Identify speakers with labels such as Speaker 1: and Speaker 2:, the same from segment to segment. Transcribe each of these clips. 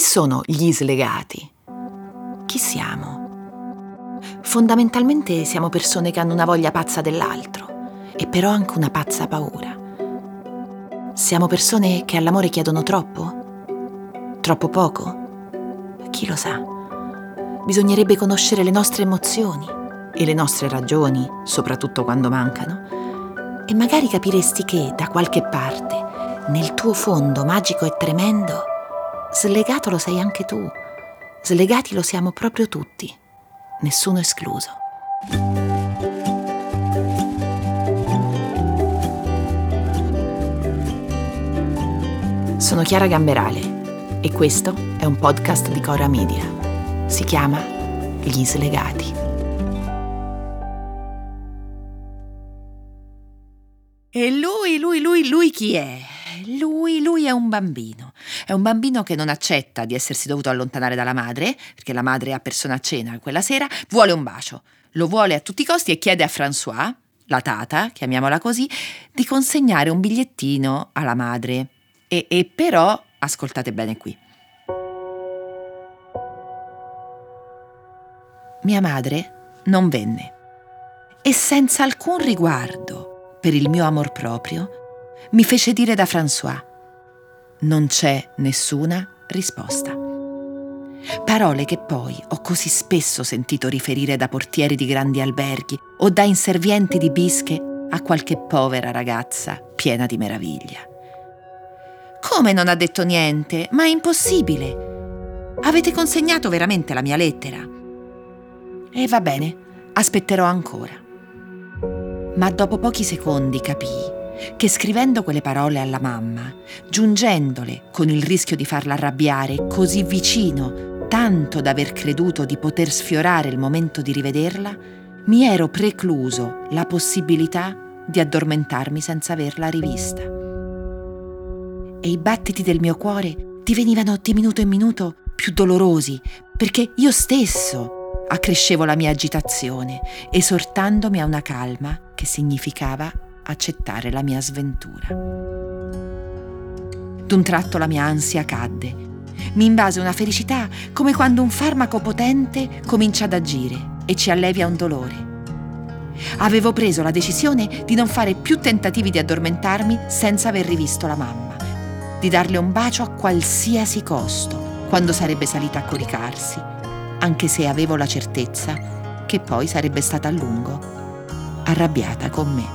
Speaker 1: sono gli slegati? Chi siamo? Fondamentalmente siamo persone che hanno una voglia pazza dell'altro e però anche una pazza paura. Siamo persone che all'amore chiedono troppo? Troppo poco? Chi lo sa? Bisognerebbe conoscere le nostre emozioni e le nostre ragioni, soprattutto quando mancano, e magari capiresti che da qualche parte, nel tuo fondo magico e tremendo, slegato lo sei anche tu. Slegati lo siamo proprio tutti, nessuno escluso. Sono Chiara Gamberale e questo è un podcast di Cora Media. Si chiama Gli Slegati.
Speaker 2: E lui chi è? Lui è un bambino. È un bambino che non accetta di essersi dovuto allontanare dalla madre, perché la madre ha persona a cena quella sera, vuole un bacio. Lo vuole a tutti i costi e chiede a François, la tata, chiamiamola così, di consegnare un bigliettino alla madre. E però, ascoltate bene qui. Mia madre non venne e senza alcun riguardo per il mio amor proprio mi fece dire da François: non c'è nessuna risposta. Parole che poi ho così spesso sentito riferire da portieri di grandi alberghi o da inservienti di bische a qualche povera ragazza piena di meraviglia. Come non ha detto niente? Ma è impossibile! Avete consegnato veramente la mia lettera? E va bene, aspetterò ancora. Ma dopo pochi secondi capii che scrivendo quelle parole alla mamma, giungendole con il rischio di farla arrabbiare così vicino, tanto da aver creduto di poter sfiorare il momento di rivederla, mi ero precluso la possibilità di addormentarmi senza averla rivista. E i battiti del mio cuore divenivano di minuto in minuto più dolorosi, perché io stesso accrescevo la mia agitazione, esortandomi a una calma che significava accettare la mia sventura. D'un tratto la mia ansia cadde. Mi invase una felicità come quando un farmaco potente comincia ad agire e ci allevia un dolore. Avevo preso la decisione di non fare più tentativi di addormentarmi senza aver rivisto la mamma, di darle un bacio a qualsiasi costo quando sarebbe salita a coricarsi, anche se avevo la certezza che poi sarebbe stata a lungo arrabbiata con me.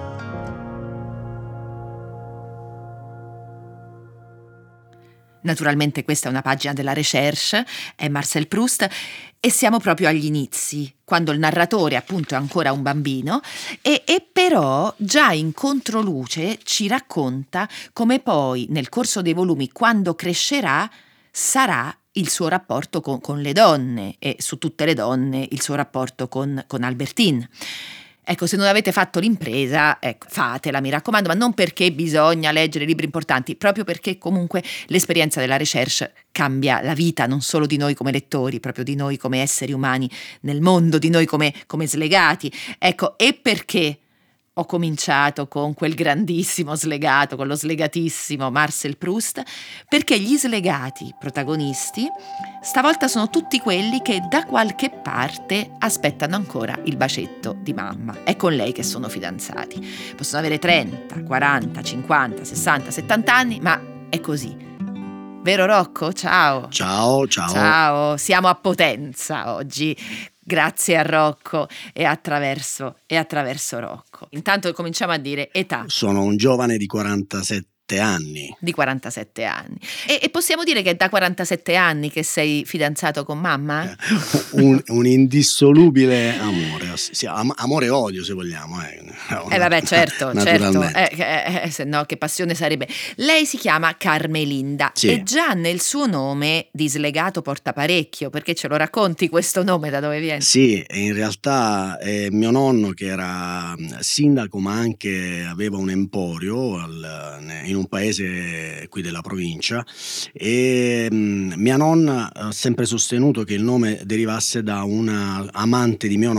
Speaker 2: Naturalmente questa è una pagina della Recherche, è Marcel Proust, e siamo proprio agli inizi, quando il narratore appunto è ancora un bambino e però già in controluce ci racconta come poi nel corso dei volumi, quando crescerà, sarà il suo rapporto con le donne e su tutte le donne il suo rapporto con Albertine. Ecco, se non avete fatto l'impresa, fatela, mi raccomando, ma non perché bisogna leggere libri importanti, proprio perché comunque l'esperienza della Recherche cambia la vita non solo di noi come lettori, proprio di noi come esseri umani nel mondo, di noi come slegati. Ecco, e perché ho cominciato con quel grandissimo slegato, con lo slegatissimo Marcel Proust, perché gli slegati protagonisti stavolta sono tutti quelli che da qualche parte aspettano ancora il bacetto di mamma. È con lei che sono fidanzati. Possono avere 30, 40, 50, 60, 70 anni, ma è così. Vero Rocco? Ciao.
Speaker 3: Ciao.
Speaker 2: Ciao, siamo a Potenza oggi. Grazie a Rocco e attraverso Rocco. Intanto cominciamo a dire età.
Speaker 3: Sono un giovane di 47 anni.
Speaker 2: Di 47 anni. E possiamo dire che è da 47 anni che sei fidanzato con mamma?
Speaker 3: Un indissolubile amore. Sì, amore e odio, se vogliamo.
Speaker 2: Vabbè, certo.
Speaker 3: Naturalmente.
Speaker 2: Se no, che passione sarebbe. Lei si chiama Carmelinda,
Speaker 3: sì.
Speaker 2: E già nel suo nome di slegato porta parecchio, perché ce lo racconti questo nome, da dove viene?
Speaker 3: Sì, in realtà mio nonno, che era sindaco ma anche aveva un emporio in un paese qui della provincia, e mia nonna ha sempre sostenuto che il nome derivasse da una amante di mio nonno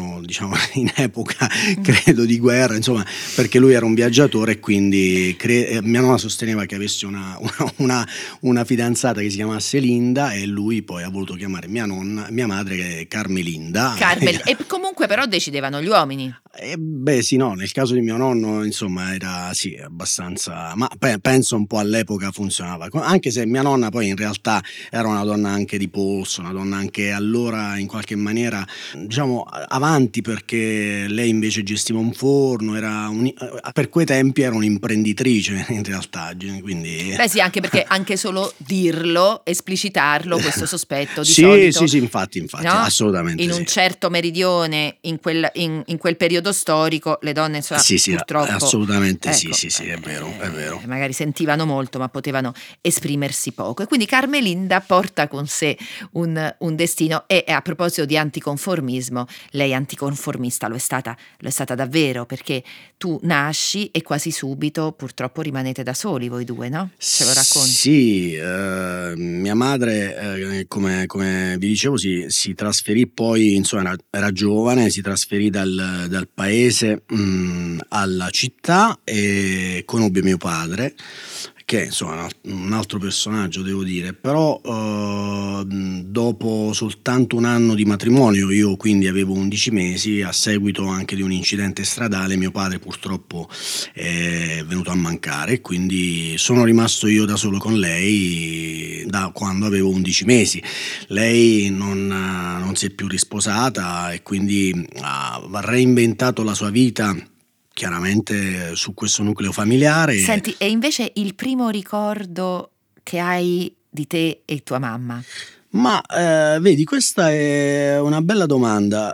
Speaker 3: erano, diciamo, in epoca credo di guerra, insomma, perché lui era un viaggiatore e quindi mia nonna sosteneva che avesse una fidanzata che si chiamasse Linda, e lui poi ha voluto chiamare mia madre Carmelinda.
Speaker 2: E comunque però decidevano gli uomini.
Speaker 3: Beh sì, no, nel caso di mio nonno insomma era sì abbastanza, ma penso un po' all'epoca funzionava, anche se mia nonna poi in realtà era una donna anche di polso, una donna anche allora in qualche maniera, diciamo, avanti, perché lei invece gestiva un forno, per quei tempi era un'imprenditrice in realtà, quindi...
Speaker 2: Beh sì, anche perché anche solo dirlo, esplicitarlo, questo sospetto di
Speaker 3: sì,
Speaker 2: solito...
Speaker 3: Sì, infatti,
Speaker 2: no?
Speaker 3: Assolutamente
Speaker 2: in
Speaker 3: sì.
Speaker 2: un certo meridione, in quel periodo storico, le donne insomma,
Speaker 3: sì,
Speaker 2: purtroppo
Speaker 3: assolutamente,
Speaker 2: ecco,
Speaker 3: sì, è vero.
Speaker 2: Magari sentivano molto ma potevano esprimersi poco, e quindi Carmelinda porta con sé un destino. E a proposito di anticonformismo, lei anticonformista lo è stata davvero, perché tu nasci e quasi subito purtroppo rimanete da soli voi due, no? Ce lo racconti?
Speaker 3: Sì, mia madre, come vi dicevo, si trasferì poi, insomma era giovane, si trasferì dal paese alla città e conobbe mio padre, che insomma un altro personaggio devo dire, però dopo soltanto un anno di matrimonio, io quindi avevo 11 mesi, a seguito anche di un incidente stradale mio padre purtroppo è venuto a mancare, quindi sono rimasto io da solo con lei da quando avevo 11 mesi. Lei non si è più risposata e quindi ha reinventato la sua vita chiaramente su questo nucleo familiare.
Speaker 2: Senti, e invece il primo ricordo che hai di te e tua mamma?
Speaker 3: Ma vedi, questa è una bella domanda,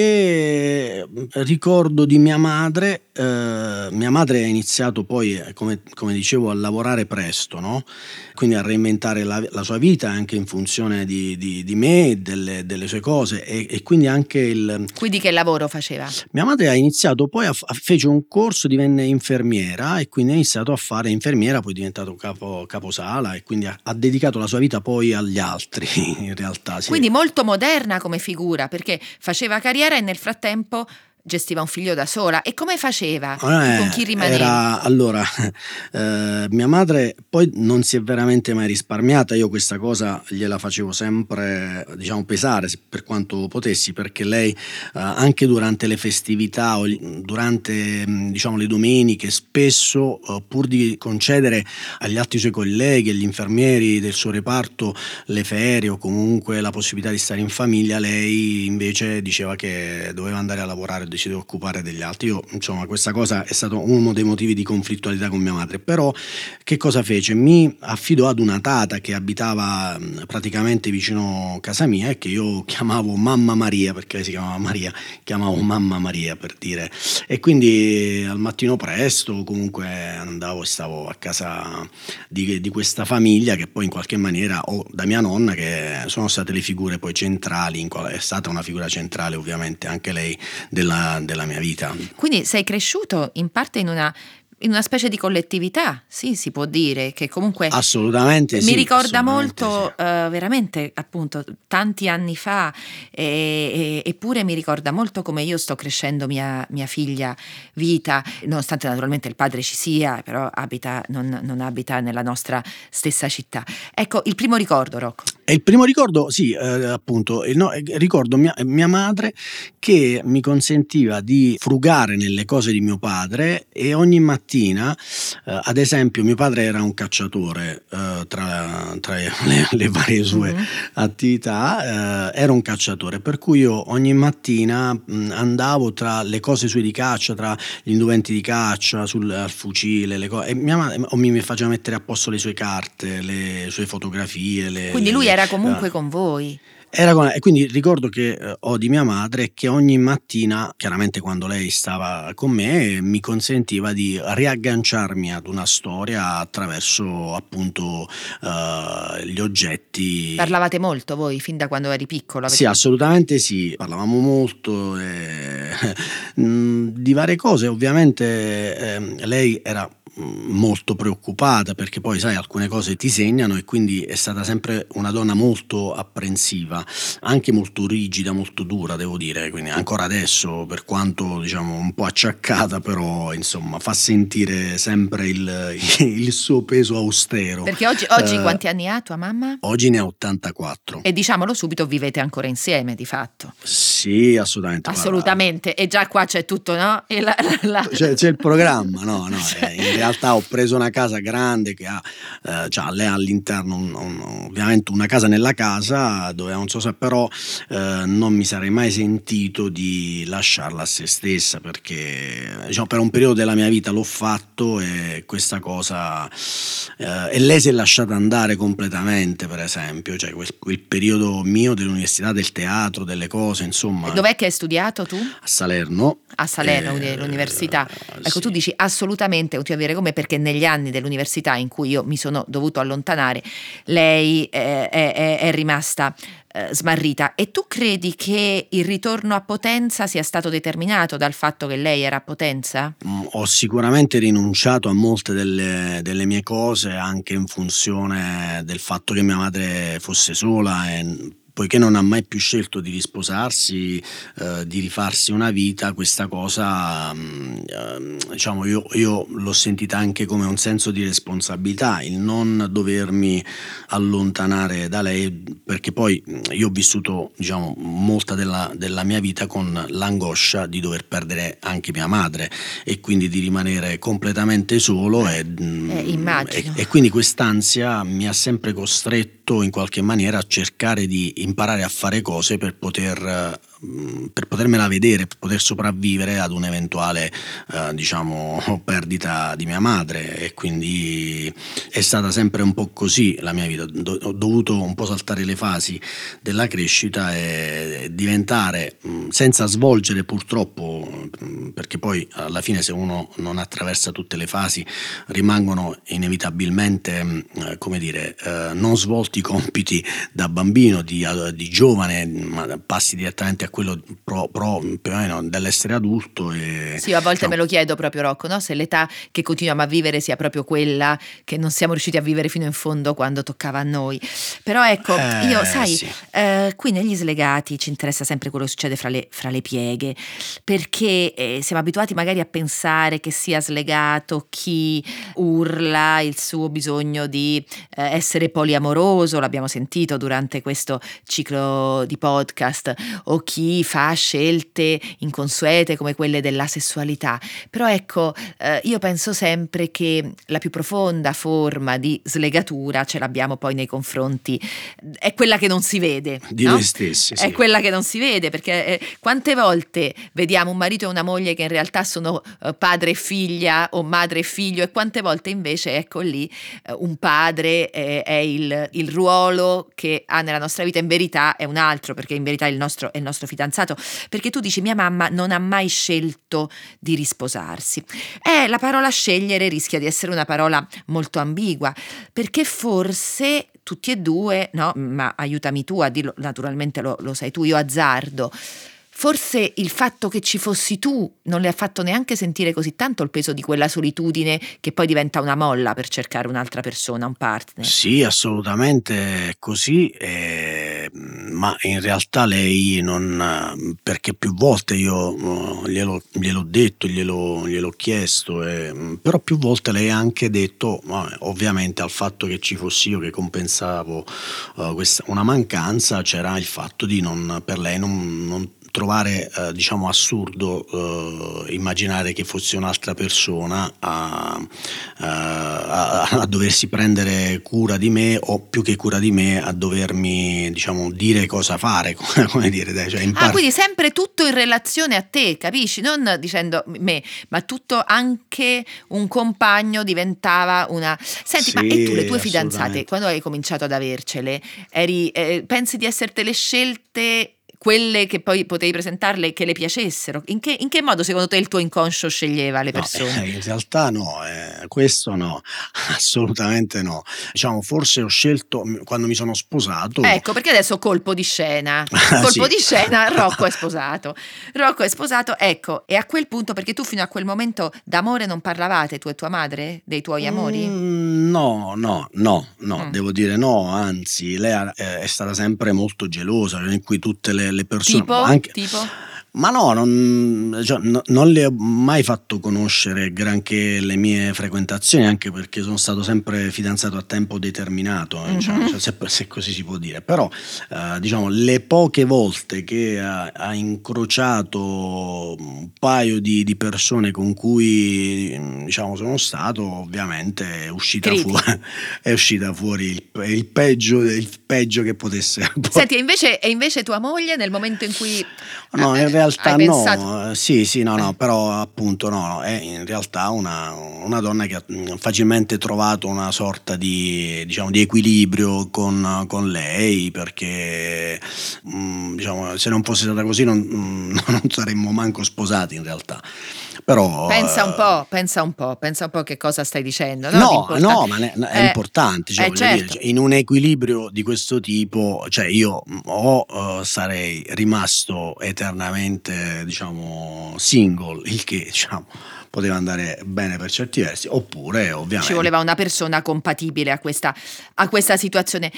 Speaker 3: perché ricordo di mia madre ha iniziato poi, come dicevo, a lavorare presto, no? Quindi a reinventare la sua vita anche in funzione di me e delle sue cose, e quindi anche
Speaker 2: Quindi che lavoro faceva?
Speaker 3: Mia madre ha iniziato poi, fece un corso, divenne infermiera e quindi ha iniziato a fare infermiera, poi è diventato caposala e quindi ha dedicato la sua vita poi agli altri in realtà. Sì.
Speaker 2: Quindi molto moderna come figura, perché faceva carriera e nel frattempo gestiva un figlio da sola. E come faceva? Con chi rimaneva?
Speaker 3: Allora, mia madre poi non si è veramente mai risparmiata. Io questa cosa gliela facevo sempre, diciamo, pesare per quanto potessi, perché lei anche durante le festività o durante, diciamo, le domeniche, spesso pur di concedere agli altri suoi colleghi, agli infermieri del suo reparto le ferie o comunque la possibilità di stare in famiglia, lei invece diceva che doveva andare a lavorare, si deve occupare degli altri. Io, insomma, questa cosa è stato uno dei motivi di conflittualità con mia madre. Però che cosa fece? Mi affidò ad una tata che abitava praticamente vicino a casa mia e che io chiamavo Mamma Maria, perché lei si chiamava Maria, chiamavo Mamma Maria per dire. E quindi al mattino presto comunque andavo e stavo a casa di questa famiglia, che poi in qualche maniera, o da mia nonna, che sono state le figure poi centrali, è stata una figura centrale ovviamente anche lei della mia vita.
Speaker 2: Quindi sei cresciuto in parte in una specie di collettività, sì, si può dire, che comunque
Speaker 3: assolutamente
Speaker 2: mi ricorda molto,
Speaker 3: sì.
Speaker 2: Veramente appunto tanti anni fa, eppure mi ricorda molto come io sto crescendo mia figlia Vita, nonostante naturalmente il padre ci sia, però non abita nella nostra stessa città. Ecco, il primo ricordo, Rocco.
Speaker 3: E il primo ricordo, sì, appunto, ricordo mia madre che mi consentiva di frugare nelle cose di mio padre, e ogni mattina, ad esempio, mio padre era un cacciatore, tra le varie sue attività, era un cacciatore, per cui io ogni mattina andavo tra le cose sue di caccia, tra gli indumenti di caccia, al fucile, le cose, e mia madre mi faceva mettere a posto le sue carte, le sue fotografie.
Speaker 2: Quindi lui era comunque con voi.
Speaker 3: E quindi ricordo che ho di mia madre che ogni mattina, chiaramente quando lei stava con me, mi consentiva di riagganciarmi ad una storia attraverso appunto gli oggetti.
Speaker 2: Parlavate molto voi fin da quando eri piccolo?
Speaker 3: Sì, assolutamente sì, parlavamo molto di varie cose. Ovviamente lei era molto preoccupata, perché poi sai, alcune cose ti segnano, e quindi è stata sempre una donna molto apprensiva, anche molto rigida, molto dura, devo dire, quindi ancora adesso, per quanto diciamo un po' acciaccata, però insomma fa sentire sempre il suo peso austero.
Speaker 2: Perché oggi quanti anni ha tua mamma?
Speaker 3: Oggi ne ha 84.
Speaker 2: E diciamolo subito, vivete ancora insieme di fatto.
Speaker 3: Sì, assolutamente.
Speaker 2: Assolutamente, e già qua c'è tutto, no? E
Speaker 3: C'è il programma, no, in realtà ho preso una casa grande che ha, lei all'interno ovviamente una casa nella casa, dove non so se però non mi sarei mai sentito di lasciarla a se stessa, perché diciamo, per un periodo della mia vita l'ho fatto, e questa cosa e lei si è lasciata andare completamente, per esempio, cioè quel periodo mio dell'università, del teatro, delle cose, insomma.
Speaker 2: E dov'è che hai studiato tu?
Speaker 3: A Salerno.
Speaker 2: A Salerno, l'università. Ecco,
Speaker 3: sì.
Speaker 2: Tu dici assolutamente ti avere come, perché negli anni dell'università in cui io mi sono dovuto allontanare, lei è rimasta smarrita. E tu credi che il ritorno a Potenza sia stato determinato dal fatto che lei era a Potenza?
Speaker 3: Ho sicuramente rinunciato a molte delle mie cose, anche in funzione del fatto che mia madre fosse sola, e poiché non ha mai più scelto di risposarsi, di rifarsi una vita, questa cosa diciamo io l'ho sentita anche come un senso di responsabilità, il non dovermi allontanare da lei, perché poi io ho vissuto diciamo molta della mia vita con l'angoscia di dover perdere anche mia madre, e quindi di rimanere completamente solo,
Speaker 2: immagino.
Speaker 3: E quindi quest'ansia mi ha sempre costretto in qualche maniera a cercare di imparare a fare cose per potermela vedere, per poter sopravvivere ad un'eventuale diciamo perdita di mia madre. E quindi è stata sempre un po' così la mia vita, ho dovuto un po' saltare le fasi della crescita e diventare, senza svolgere purtroppo, perché poi alla fine se uno non attraversa tutte le fasi rimangono inevitabilmente non svolti i compiti da bambino, di giovane, ma passi direttamente a quello più o meno dell'essere adulto.
Speaker 2: Sì, a volte me lo chiedo proprio, Rocco, no? Se l'età che continuiamo a vivere sia proprio quella che non siamo riusciti a vivere fino in fondo quando toccava a noi. Però ecco, io sai,
Speaker 3: sì.
Speaker 2: Qui negli Slegati ci interessa sempre quello che succede fra le pieghe, perché siamo abituati magari a pensare che sia slegato chi urla il suo bisogno di essere poliamoroso, l'abbiamo sentito durante questo ciclo di podcast, o chi fa scelte inconsuete come quelle della sessualità. Però ecco, io penso sempre che la più profonda forma di slegatura ce l'abbiamo poi nei confronti, è quella che non si vede
Speaker 3: di
Speaker 2: no?
Speaker 3: Noi stessi, sì.
Speaker 2: È quella che non si vede, perché quante volte vediamo un marito e una moglie che in realtà sono padre e figlia o madre e figlio, e quante volte invece ecco lì un padre è il ruolo che ha nella nostra vita, in verità è un altro, perché in verità è il nostro fidanzato. Perché tu dici mia mamma non ha mai scelto di risposarsi, la parola scegliere rischia di essere una parola molto ambigua, perché forse tutti e due, no, ma aiutami tu a dirlo, naturalmente lo sai tu, io azzardo, forse il fatto che ci fossi tu non le ha fatto neanche sentire così tanto il peso di quella solitudine che poi diventa una molla per cercare un'altra persona, un partner.
Speaker 3: Sì, assolutamente così, ma in realtà lei non, perché più volte io gliel'ho detto, gliel'ho chiesto, però più volte lei ha anche detto, ovviamente al fatto che ci fossi io che compensavo una mancanza, c'era il fatto di per lei non trovare diciamo assurdo immaginare che fosse un'altra persona a doversi prendere cura di me, o più che cura di me a dovermi diciamo dire cosa fare, come dire, cioè
Speaker 2: quindi sempre tutto in relazione a te, capisci? Non dicendo me, ma tutto, anche un compagno diventava una... Senti,
Speaker 3: sì,
Speaker 2: ma e tu le tue fidanzate quando hai cominciato ad avercele pensi di essertele scelte quelle che poi potevi presentarle che le piacessero? In che modo secondo te il tuo inconscio sceglieva le persone?
Speaker 3: In realtà no, questo no, assolutamente no. Diciamo, forse ho scelto quando mi sono sposato.
Speaker 2: Ecco, perché adesso colpo di scena, colpo di scena, Rocco è sposato, ecco, e a quel punto, perché tu fino a quel momento d'amore non parlavate tu e tua madre dei tuoi amori?
Speaker 3: No, devo dire no, anzi, lei è stata sempre molto gelosa, in cui tutte le persone...
Speaker 2: Tipo?
Speaker 3: Ma no, non le ho mai fatto conoscere granché le mie frequentazioni, anche perché sono stato sempre fidanzato a tempo determinato, se così si può dire. Però diciamo, le poche volte che ha incrociato un paio di persone con cui diciamo sono stato, ovviamente è uscita fuori il peggio che potesse.
Speaker 2: Senti, e invece tua moglie nel momento in cui
Speaker 3: no, in realtà
Speaker 2: hai pensato...
Speaker 3: no, però appunto no, è in realtà una donna che ha facilmente trovato una sorta di, diciamo, di equilibrio con lei, perché diciamo, se non fosse stata così non saremmo manco sposati in realtà. Però
Speaker 2: pensa un po' che cosa stai dicendo.
Speaker 3: No, ma è importante,
Speaker 2: certo.
Speaker 3: Dire, in un equilibrio di questo tipo, cioè io sarei rimasto eternamente, diciamo, single, il che, diciamo, poteva andare bene per certi versi, oppure ovviamente
Speaker 2: ci voleva una persona compatibile a questa situazione.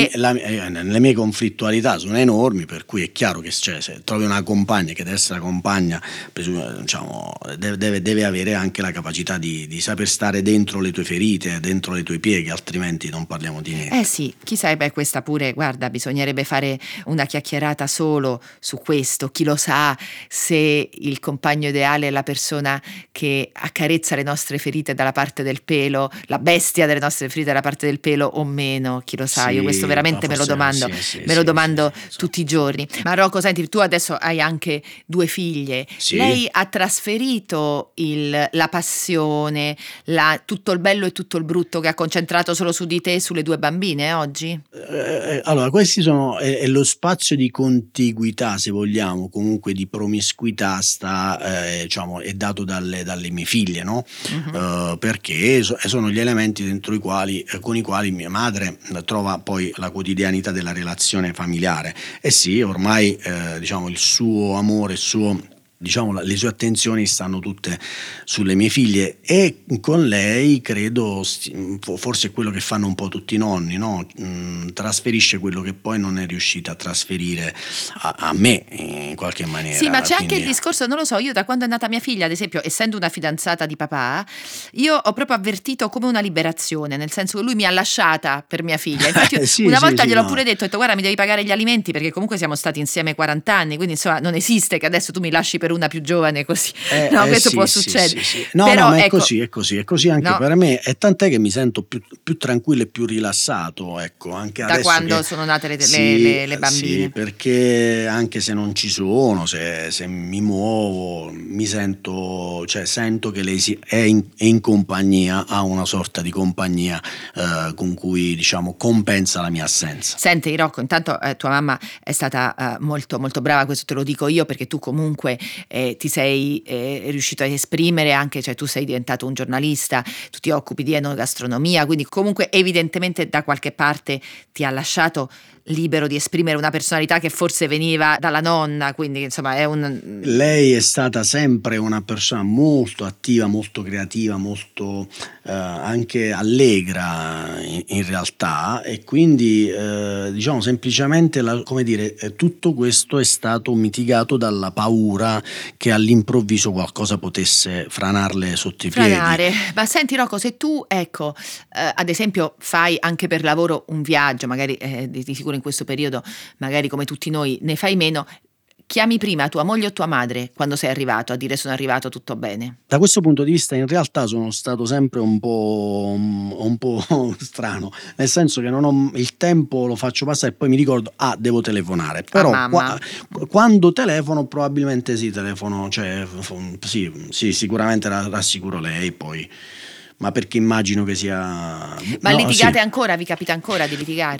Speaker 3: Le mie conflittualità sono enormi, per cui è chiaro che se trovi una compagna che deve essere compagna, diciamo, deve avere anche la capacità di saper stare dentro le tue ferite, dentro le tue pieghe, altrimenti non parliamo di niente.
Speaker 2: Sì, chissà, questa pure, guarda, bisognerebbe fare una chiacchierata solo su questo. Chi lo sa se il compagno ideale è la persona che accarezza le nostre ferite dalla parte del pelo, la bestia delle nostre ferite dalla parte del pelo o meno, chi lo sa. Io questo veramente me lo domando tutti i giorni. Ma Rocco, senti, tu adesso hai anche 2 figlie. Lei ha trasferito la passione, tutto il bello e tutto il brutto che ha concentrato solo su di te e sulle 2 bambine oggi?
Speaker 3: Allora, questi è lo spazio di contiguità, se vogliamo, comunque di promiscuità diciamo, è dato dalle mie figlie, no? Perché sono gli elementi con i quali mia madre trova poi la quotidianità della relazione familiare. E sì, ormai diciamo il suo amore, diciamo, le sue attenzioni stanno tutte sulle mie figlie, e con lei credo forse è quello che fanno un po' tutti i nonni, no? Trasferisce quello che poi non è riuscita a trasferire a me in qualche maniera.
Speaker 2: Sì, ma c'è anche il discorso, non lo so, io da quando è nata mia figlia, ad esempio, essendo una fidanzata di papà, io ho proprio avvertito come una liberazione, nel senso che lui mi ha lasciata per mia figlia. Infatti una volta gliel'ho pure detto, ho detto, guarda, mi devi pagare gli alimenti, perché comunque siamo stati insieme 40 anni, quindi insomma non esiste che adesso tu mi lasci per una più giovane così. Questo può succedere.
Speaker 3: Sì. No, però, ma è così anche per me, e tant'è che mi sento più tranquillo e più rilassato, ecco, anche
Speaker 2: da
Speaker 3: adesso
Speaker 2: quando sono nate le bambine.
Speaker 3: Sì, perché anche se non ci sono, se mi muovo, mi sento che lei è in compagnia, ha una sorta di compagnia con cui, diciamo, compensa la mia assenza.
Speaker 2: Senti, Rocco, intanto tua mamma è stata molto molto brava, questo te lo dico io, perché tu comunque ti sei riuscito a esprimere anche, cioè tu sei diventato un giornalista, tu ti occupi di enogastronomia, quindi comunque evidentemente da qualche parte ti ha lasciato libero di esprimere una personalità che forse veniva dalla nonna, quindi insomma
Speaker 3: Lei è stata sempre una persona molto attiva, molto creativa, molto anche allegra in realtà, e quindi diciamo semplicemente come dire, tutto questo è stato mitigato dalla paura che all'improvviso qualcosa potesse franarle sotto i piedi.
Speaker 2: Ma senti Rocco, se tu ad esempio fai anche per lavoro un viaggio, magari di sicuro in questo periodo, magari come tutti noi ne fai meno, chiami prima tua moglie o tua madre quando sei arrivato a dire sono arrivato, tutto bene?
Speaker 3: Da questo punto di vista in realtà sono stato sempre un po' strano, nel senso che non ho il tempo, lo faccio passare e poi mi ricordo devo telefonare, però quando telefono probabilmente telefono, cioè sì, sicuramente rassicuro lei poi, ma perché immagino che sia...
Speaker 2: Ma litigate ancora? Vi capita ancora di litigare?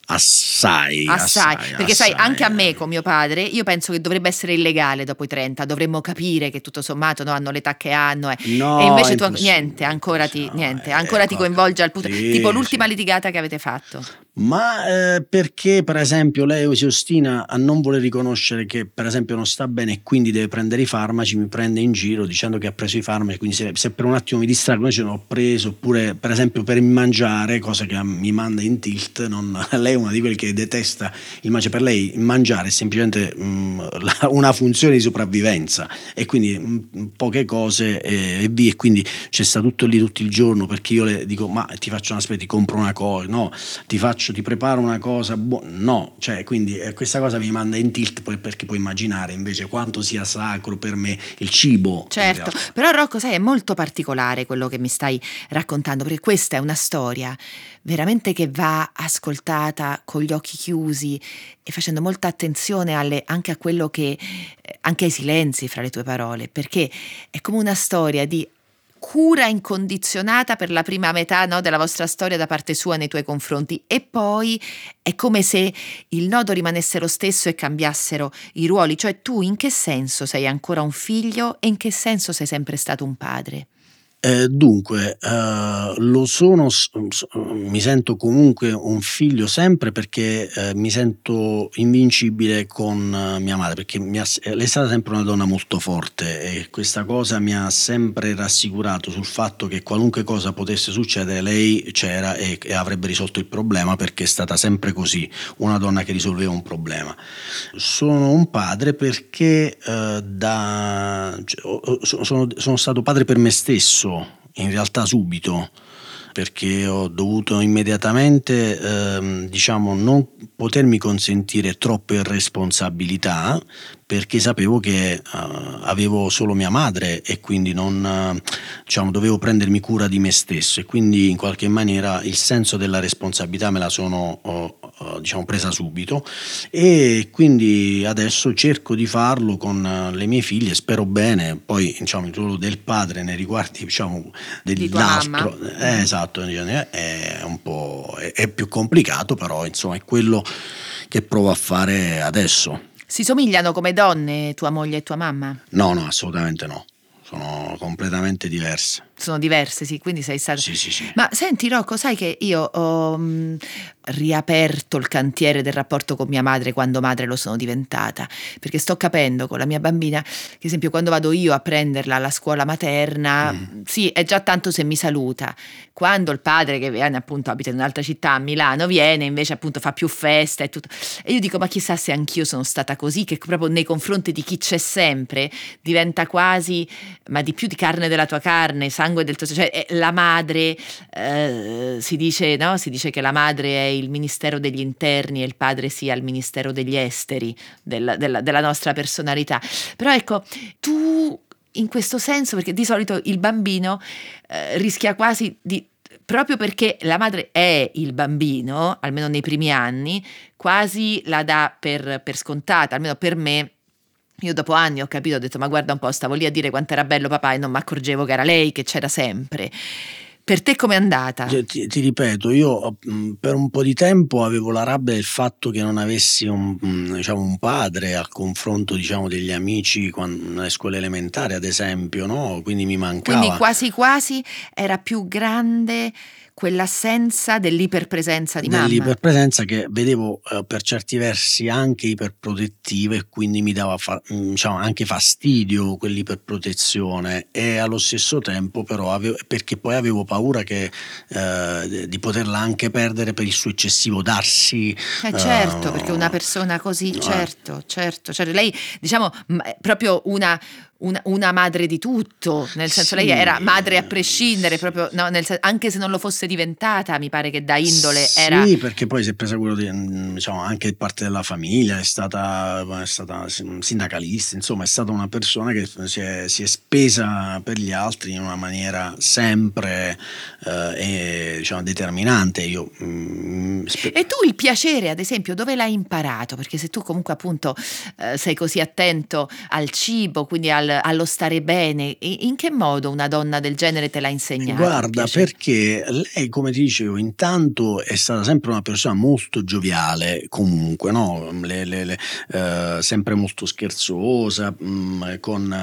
Speaker 3: Assai,
Speaker 2: perché sai, anche a me
Speaker 3: assai.
Speaker 2: con mio padre, io penso che dovrebbe essere illegale dopo i 30, dovremmo capire che tutto sommato, no, hanno l'età che hanno, e
Speaker 3: No, è
Speaker 2: invece tu niente,
Speaker 3: impossibile, è impossibile, no,
Speaker 2: ancora ti coinvolge al punto, tipo
Speaker 3: sì,
Speaker 2: l'ultima
Speaker 3: sì.
Speaker 2: litigata che avete fatto.
Speaker 3: Ma perché per esempio lei si ostina a non voler riconoscere che per esempio non sta bene e quindi deve prendere i farmaci, mi prende in giro dicendo che ha preso i farmaci, quindi se per un attimo mi distraggo, ce l'ho preso, oppure per esempio per mangiare, cosa che mi manda in tilt, lei è una di quelle che detesta il mangiare, per lei il mangiare è semplicemente una funzione di sopravvivenza, e quindi poche cose e via, e quindi c'è sta tutto lì tutto il giorno, perché io le dico ma ti faccio una spesa, ti compro una cosa, no, ti preparo una cosa buona, no, cioè quindi questa cosa mi manda in tilt, poi, perché puoi immaginare invece quanto sia sacro per me il cibo in
Speaker 2: Certo,
Speaker 3: realtà.
Speaker 2: però Rocco, sai, è molto particolare quello che mi stai raccontando, perché questa è una storia veramente che va ascoltata con gli occhi chiusi e facendo molta attenzione anche a quello che, anche ai silenzi fra le tue parole, perché è come una storia di cura incondizionata per la prima metà, no, della vostra storia da parte sua nei tuoi confronti, e poi è come se il nodo rimanesse lo stesso e cambiassero i ruoli, cioè tu in che senso sei ancora un figlio e in che senso sei sempre stato un padre?
Speaker 3: Dunque, lo sono, mi sento comunque un figlio sempre, perché mi sento invincibile con mia madre, perché lei è stata sempre una donna molto forte, e questa cosa mi ha sempre rassicurato sul fatto che qualunque cosa potesse succedere lei c'era e avrebbe risolto il problema, perché è stata sempre così, una donna che risolveva un problema. Sono un padre perché sono stato padre per me stesso, in realtà subito, perché ho dovuto immediatamente diciamo non potermi consentire troppe responsabilità, perché sapevo che avevo solo mia madre e quindi non diciamo dovevo prendermi cura di me stesso, e quindi in qualche maniera il senso della responsabilità me la sono diciamo presa subito, e quindi adesso cerco di farlo con le mie figlie, spero bene. Poi diciamo il ruolo del padre nei riguardi diciamo
Speaker 2: Di tua mamma?
Speaker 3: dell'altro, esatto, è un po' è più complicato, però insomma è quello che provo a fare adesso.
Speaker 2: Si somigliano come donne tua moglie e tua mamma?
Speaker 3: No, no, assolutamente no, sono completamente diverse.
Speaker 2: Sono diverse, sì, quindi sei stato...
Speaker 3: Sì, sì, sì.
Speaker 2: Ma senti Rocco, sai che io ho riaperto il cantiere del rapporto con mia madre quando madre lo sono diventata, perché sto capendo con la mia bambina che, ad esempio, quando vado io a prenderla alla scuola materna, sì, è già tanto se mi saluta. Quando il padre, che viene appunto, abita in un'altra città, a Milano, viene, invece appunto fa più festa e tutto. E io dico, ma chissà se anch'io sono stata così, che proprio nei confronti di chi c'è sempre diventa quasi, ma di più di carne della tua carne, sangue del tuo, cioè la madre, si dice, no? Si dice che la madre è il Ministero degli Interni e il padre sia il Ministero degli Esteri della nostra personalità. Però ecco, tu in questo senso, perché di solito il bambino rischia quasi di, proprio perché la madre è il bambino, almeno nei primi anni, quasi la dà per scontata, almeno per me. Io dopo anni ho capito, ho detto, ma guarda un po', stavo lì a dire quanto era bello papà e non mi accorgevo che era lei, che c'era sempre. Per te com'è andata?
Speaker 3: Ti ripeto, io per un po' di tempo avevo la rabbia del fatto che non avessi diciamo, un padre al confronto, diciamo, degli amici nelle scuole elementari, ad esempio, no? Quindi mi mancava.
Speaker 2: Quindi quasi quasi era più grande quell'assenza dell'iperpresenza di mamma.
Speaker 3: Dell'iperpresenza, che vedevo per certi versi anche iperprotettiva, e quindi mi dava diciamo, anche fastidio quell'iperprotezione, e allo stesso tempo però perché poi avevo paura di poterla anche perdere per il suo eccessivo darsi.
Speaker 2: Certo, perché una persona così, certo, lei diciamo è proprio una madre di tutto, nel senso,
Speaker 3: Sì.
Speaker 2: lei era madre a prescindere, proprio, no, anche se non lo fosse diventata, mi pare che da indole era...
Speaker 3: Sì, perché poi si è presa quello diciamo, anche parte della famiglia, è stata sindacalista, insomma è stata una persona che si è spesa per gli altri in una maniera sempre diciamo, determinante.
Speaker 2: E tu il piacere, ad esempio, dove l'hai imparato? Perché se tu comunque appunto sei così attento al cibo, quindi al allo stare bene. In che modo una donna del genere te l'ha insegnato?
Speaker 3: Guarda, perché lei, come ti dicevo, intanto è stata sempre una persona molto gioviale, comunque, no? Sempre molto scherzosa, con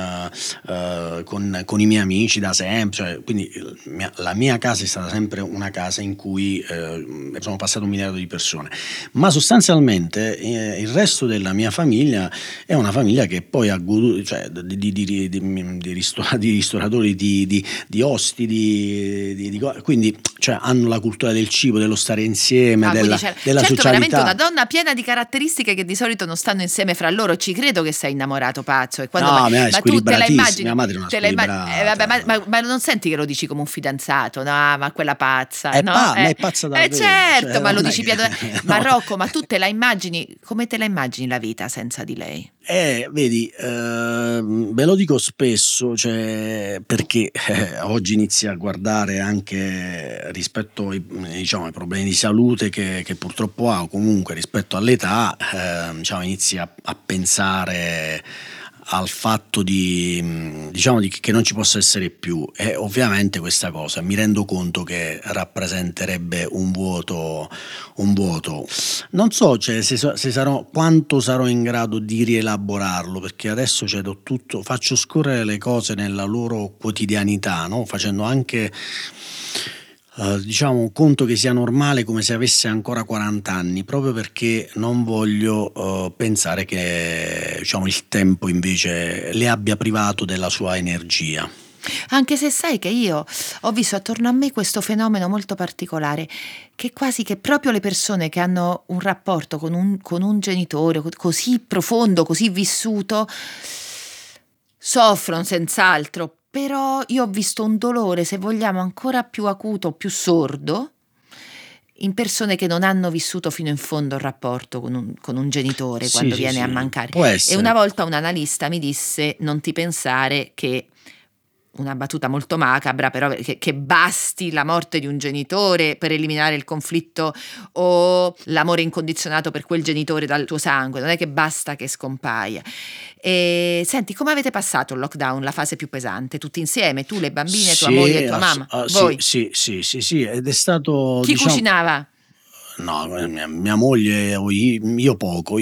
Speaker 3: i miei amici da sempre, cioè, quindi la mia casa è stata sempre una casa in cui sono passato 1 miliardo di persone, ma sostanzialmente il resto della mia famiglia è una famiglia che poi ha goduto, cioè, di ristoratori, di osti, quindi, cioè, hanno la cultura del cibo, dello stare insieme, della
Speaker 2: certo,
Speaker 3: socialità.
Speaker 2: Veramente una donna piena di caratteristiche che di solito non stanno insieme fra loro. Ci credo che sei innamorato pazzo. E quando
Speaker 3: no,
Speaker 2: ma tu te la immagini,
Speaker 3: mia madre è una squilibrata.
Speaker 2: ma non senti che lo dici come un fidanzato? No, ma quella pazza,
Speaker 3: è
Speaker 2: no?
Speaker 3: ma è pazza davvero,
Speaker 2: certo,
Speaker 3: cioè,
Speaker 2: ma lo dici piano.
Speaker 3: no.
Speaker 2: Ma Rocco, ma tu te la immagini, come te la immagini la vita senza di lei?
Speaker 3: Vedi, ve lo dico spesso, cioè, perché oggi inizi a guardare anche rispetto ai problemi di salute che purtroppo ha, o comunque rispetto all'età, inizi a pensare al fatto che non ci possa essere più, e ovviamente questa cosa mi rendo conto che rappresenterebbe un vuoto. Non so, cioè, quanto sarò in grado di rielaborarlo, perché adesso cedo tutto, faccio scorrere le cose nella loro quotidianità, no? Facendo anche conto che sia normale, come se avesse ancora 40 anni, proprio perché non voglio pensare che il tempo invece le abbia privato della sua energia.
Speaker 2: Anche se sai che io ho visto attorno a me questo fenomeno molto particolare, che quasi che proprio le persone che hanno un rapporto con un genitore così profondo, così vissuto, soffrono senz'altro. Però io ho visto un dolore, se vogliamo, ancora più acuto, più sordo, in persone che non hanno vissuto fino in fondo il rapporto con un genitore, quando viene a mancare.
Speaker 3: Può essere.
Speaker 2: E una volta un analista mi disse: non ti pensare che, una battuta molto macabra, però, che basti la morte di un genitore per eliminare il conflitto o l'amore incondizionato per quel genitore dal tuo sangue, non è che basta che scompaia. E senti, come avete passato il lockdown, la fase più pesante? Tutti insieme, tu, le bambine, tua moglie e tua mamma? Voi?
Speaker 3: Sì, ed è stato...
Speaker 2: Chi cucinava?
Speaker 3: No, mia moglie o io poco,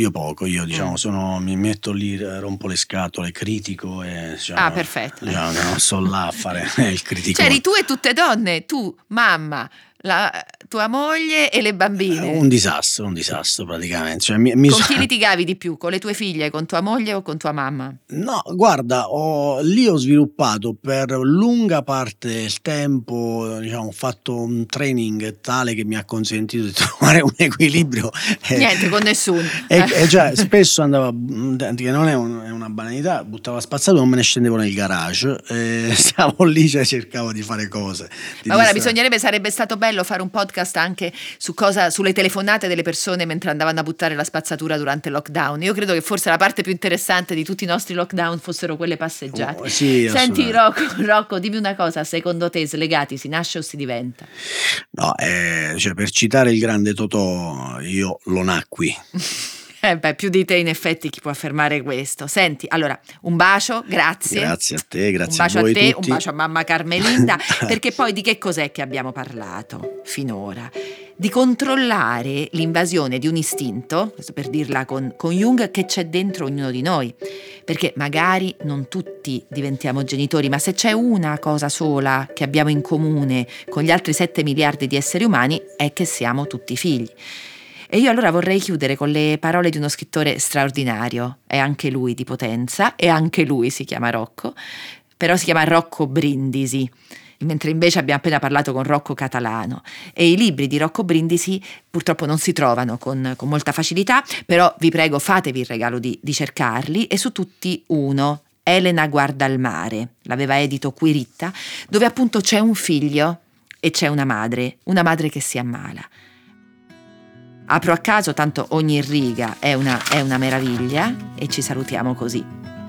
Speaker 3: mi metto lì, rompo le scatole, critico e
Speaker 2: perfetto.
Speaker 3: Sto là a fare il critico.
Speaker 2: C'eri tu e tutte donne, tu, mamma, la tua moglie e le bambine.
Speaker 3: Un disastro praticamente. Cioè,
Speaker 2: con chi litigavi di più? Con le tue figlie, con tua moglie o con tua mamma?
Speaker 3: No, guarda, lì ho sviluppato per lunga parte del tempo, ho fatto un training tale che mi ha consentito di trovare un equilibrio.
Speaker 2: Niente, con nessuno.
Speaker 3: Cioè, spesso andava, che non è una banalità, buttavo spazzatura, non me ne scendevo nel garage, stavo lì, cioè, cercavo di fare cose.
Speaker 2: Ma guarda, sarebbe stato bello fare un podcast anche sulle telefonate delle persone mentre andavano a buttare la spazzatura durante il lockdown. Io credo che forse la parte più interessante di tutti i nostri lockdown fossero quelle passeggiate. Senti, Rocco, dimmi una cosa: secondo te slegati si nasce o si diventa?
Speaker 3: No, cioè, per citare il grande Totò, io lo nacqui.
Speaker 2: Più di te in effetti chi può affermare questo. Senti, allora, un bacio, grazie.
Speaker 3: Grazie a te, grazie
Speaker 2: a voi. Un bacio
Speaker 3: a
Speaker 2: te,
Speaker 3: tutti.
Speaker 2: Un bacio a mamma Carmelinda, perché poi di che cos'è che abbiamo parlato finora? Di controllare l'invasione di un istinto, questo per dirla con Jung, che c'è dentro ognuno di noi. Perché magari non tutti diventiamo genitori, ma se c'è una cosa sola che abbiamo in comune con gli altri 7 miliardi di esseri umani è che siamo tutti figli. E io allora vorrei chiudere con le parole di uno scrittore straordinario, è anche lui di Potenza e anche lui si chiama Rocco, però si chiama Rocco Brindisi, mentre invece abbiamo appena parlato con Rocco Catalano, e i libri di Rocco Brindisi purtroppo non si trovano con molta facilità, però vi prego, fatevi il regalo di cercarli, e su tutti uno, Elena guarda al mare, l'aveva edito Quiritta, dove appunto c'è un figlio e c'è una madre che si ammala. Apro a caso, tanto ogni riga è una meraviglia, e ci salutiamo così.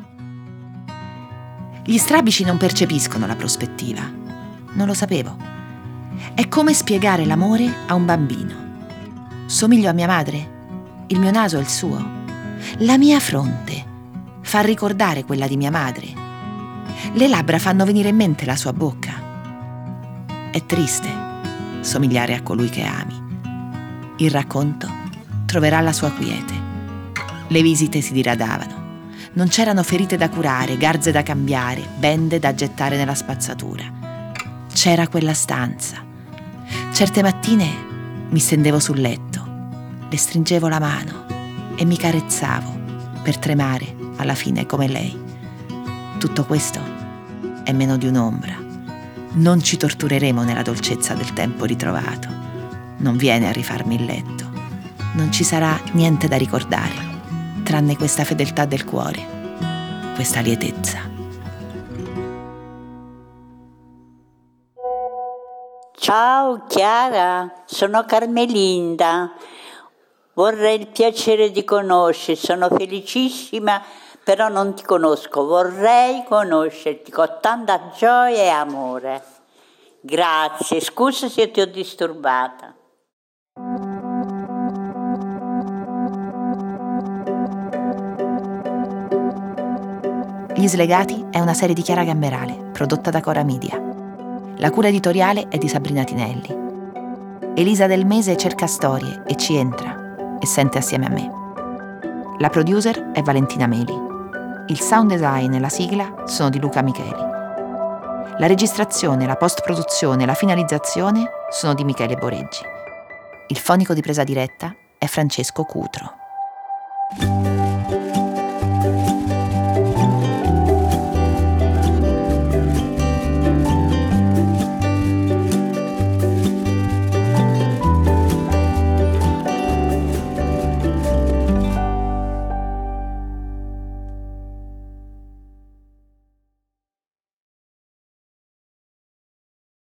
Speaker 2: Gli strabici non percepiscono la prospettiva. Non lo sapevo. È come spiegare l'amore a un bambino. Somiglio a mia madre? Il mio naso è il suo? La mia fronte fa ricordare quella di mia madre? Le labbra fanno venire in mente la sua bocca. È triste somigliare a colui che ami. Il racconto troverà la sua quiete. Le visite si diradavano. Non c'erano ferite da curare, garze da cambiare, bende da gettare nella spazzatura. C'era quella stanza. Certe mattine mi stendevo sul letto, le stringevo la mano e mi carezzavo per tremare alla fine come lei. Tutto questo è meno di un'ombra. Non ci tortureremo nella dolcezza del tempo ritrovato. Non viene a rifarmi il letto. Non ci sarà niente da ricordare, tranne questa fedeltà del cuore, questa lietezza.
Speaker 4: Ciao Chiara, sono Carmelinda. Vorrei il piacere di conoscerti, sono felicissima, però non ti conosco. Vorrei conoscerti con tanta gioia e amore. Grazie, scusa se ti ho disturbata.
Speaker 1: Gli Slegati è una serie di Chiara Gamberale, prodotta da Cora Media. La cura editoriale è di Sabrina Tinelli. Elisa Del Mese cerca storie e ci entra e sente assieme a me. La producer è Valentina Meli. Il sound design e la sigla sono di Luca Micheli. La registrazione, la post-produzione e la finalizzazione sono di Michele Boreggi. Il fonico di presa diretta è Francesco Cutro.